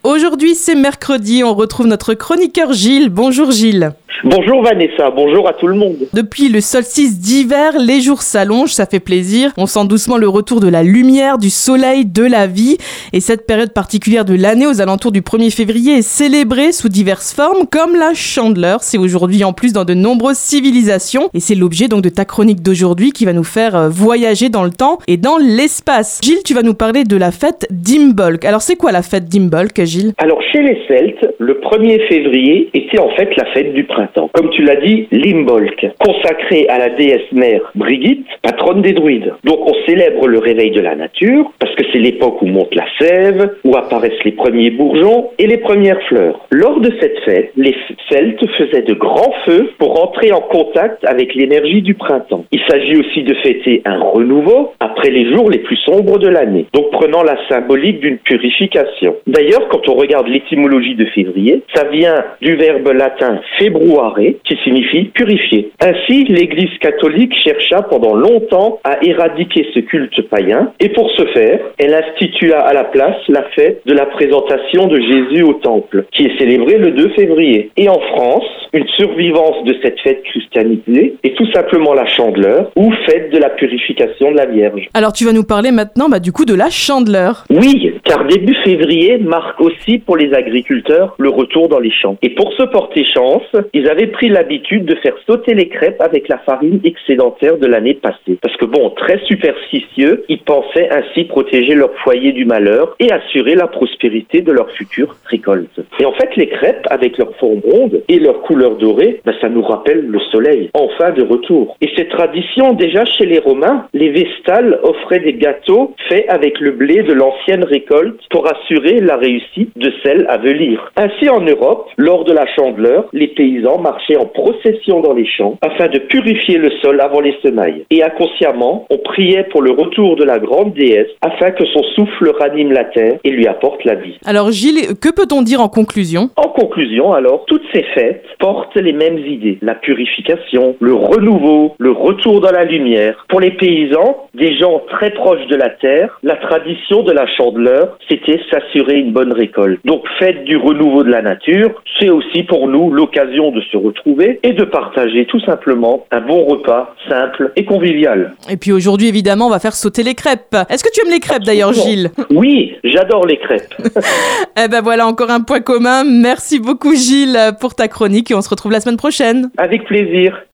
Aujourd'hui, c'est mercredi, on retrouve notre chroniqueur Gilles. Bonjour Gilles. Bonjour Vanessa, bonjour à tout le monde. Depuis le solstice d'hiver, les jours s'allongent, ça fait plaisir. On sent doucement le retour de la lumière, du soleil, de la vie. Et cette période particulière de l'année, aux alentours du 1er février, est célébrée sous diverses formes, comme la Chandeleur. C'est aujourd'hui en plus dans de nombreuses civilisations. Et c'est l'objet donc de ta chronique d'aujourd'hui qui va nous faire voyager dans le temps et dans l'espace. Gilles, tu vas nous parler de la fête d'Imbolc. Alors c'est quoi la fête d'Imbolc, Gilles ? Alors chez les Celtes, le 1er février était en fait la fête du printemps. Comme tu l'as dit, l'Imbolc, consacrée à la déesse mère Brigitte, patronne des druides. Donc on célèbre le réveil de la nature, parce que c'est l'époque où monte la sève, où apparaissent les premiers bourgeons et les premières fleurs. Lors de cette fête, les Celtes faisaient de grands feux pour entrer en contact avec l'énergie du printemps. Il s'agit aussi de fêter un renouveau après les jours les plus sombres de l'année, donc prenant la symbolique d'une purification. D'ailleurs, quand on regarde l'étymologie de février, ça vient du verbe latin februare, qui signifie purifier. Ainsi, l'Église catholique chercha pendant longtemps à éradiquer ce culte païen, et pour ce faire, elle institua à la place la fête de la présentation de Jésus au temple, qui est célébrée le 2 février. Et en France, une survivance de cette fête christianisée est tout simplement la Chandeleur, ou fête de la purification de la Vierge. Alors tu vas nous parler maintenant du coup de la Chandeleur. Oui, car début février marque aussi pour les agriculteurs le retour dans les champs. Et pour se porter chance, ils avaient pris l'habitude de faire sauter les crêpes avec la farine excédentaire de l'année passée. Parce que très superstitieux, ils pensaient ainsi protéger leur foyer du malheur et assurer la prospérité de leur future récolte. Et en fait, les crêpes, avec leur forme ronde et leur couleur dorée, ça nous rappelle le soleil, enfin de retour. Et cette tradition, déjà chez les Romains, les Vestales offraient des gâteaux faits avec le blé de l'ancienne récolte pour assurer la réussite de celle à venir. Ainsi, en Europe, lors de la Chandeleur, les paysans marchaient en procession dans les champs afin de purifier le sol avant les semailles. Et inconsciemment, on priait pour le retour de la grande déesse afin que son souffle ranime la terre et lui apporte la vie. Alors Gilles, que peut-on dire en conclusion ? En conclusion, alors, toutes ces fêtes portent les mêmes idées. La purification, le renouveau, le retour dans la lumière. Pour les paysans, des gens très proches de la terre, la tradition de la Chandeleur, c'était s'assurer une bonne récolte. Donc, fête du renouveau de la nature, c'est aussi pour nous l'occasion de se retrouver et de partager tout simplement un bon repas simple et convivial. Et puis aujourd'hui, évidemment, on va faire sauter les crêpes. Est-ce que tu aimes les crêpes d'ailleurs, Gilles ? Oui, j'adore les crêpes. Eh ben voilà, encore un point commun. Merci beaucoup Gilles pour ta chronique et on se retrouve la semaine prochaine. Avec plaisir.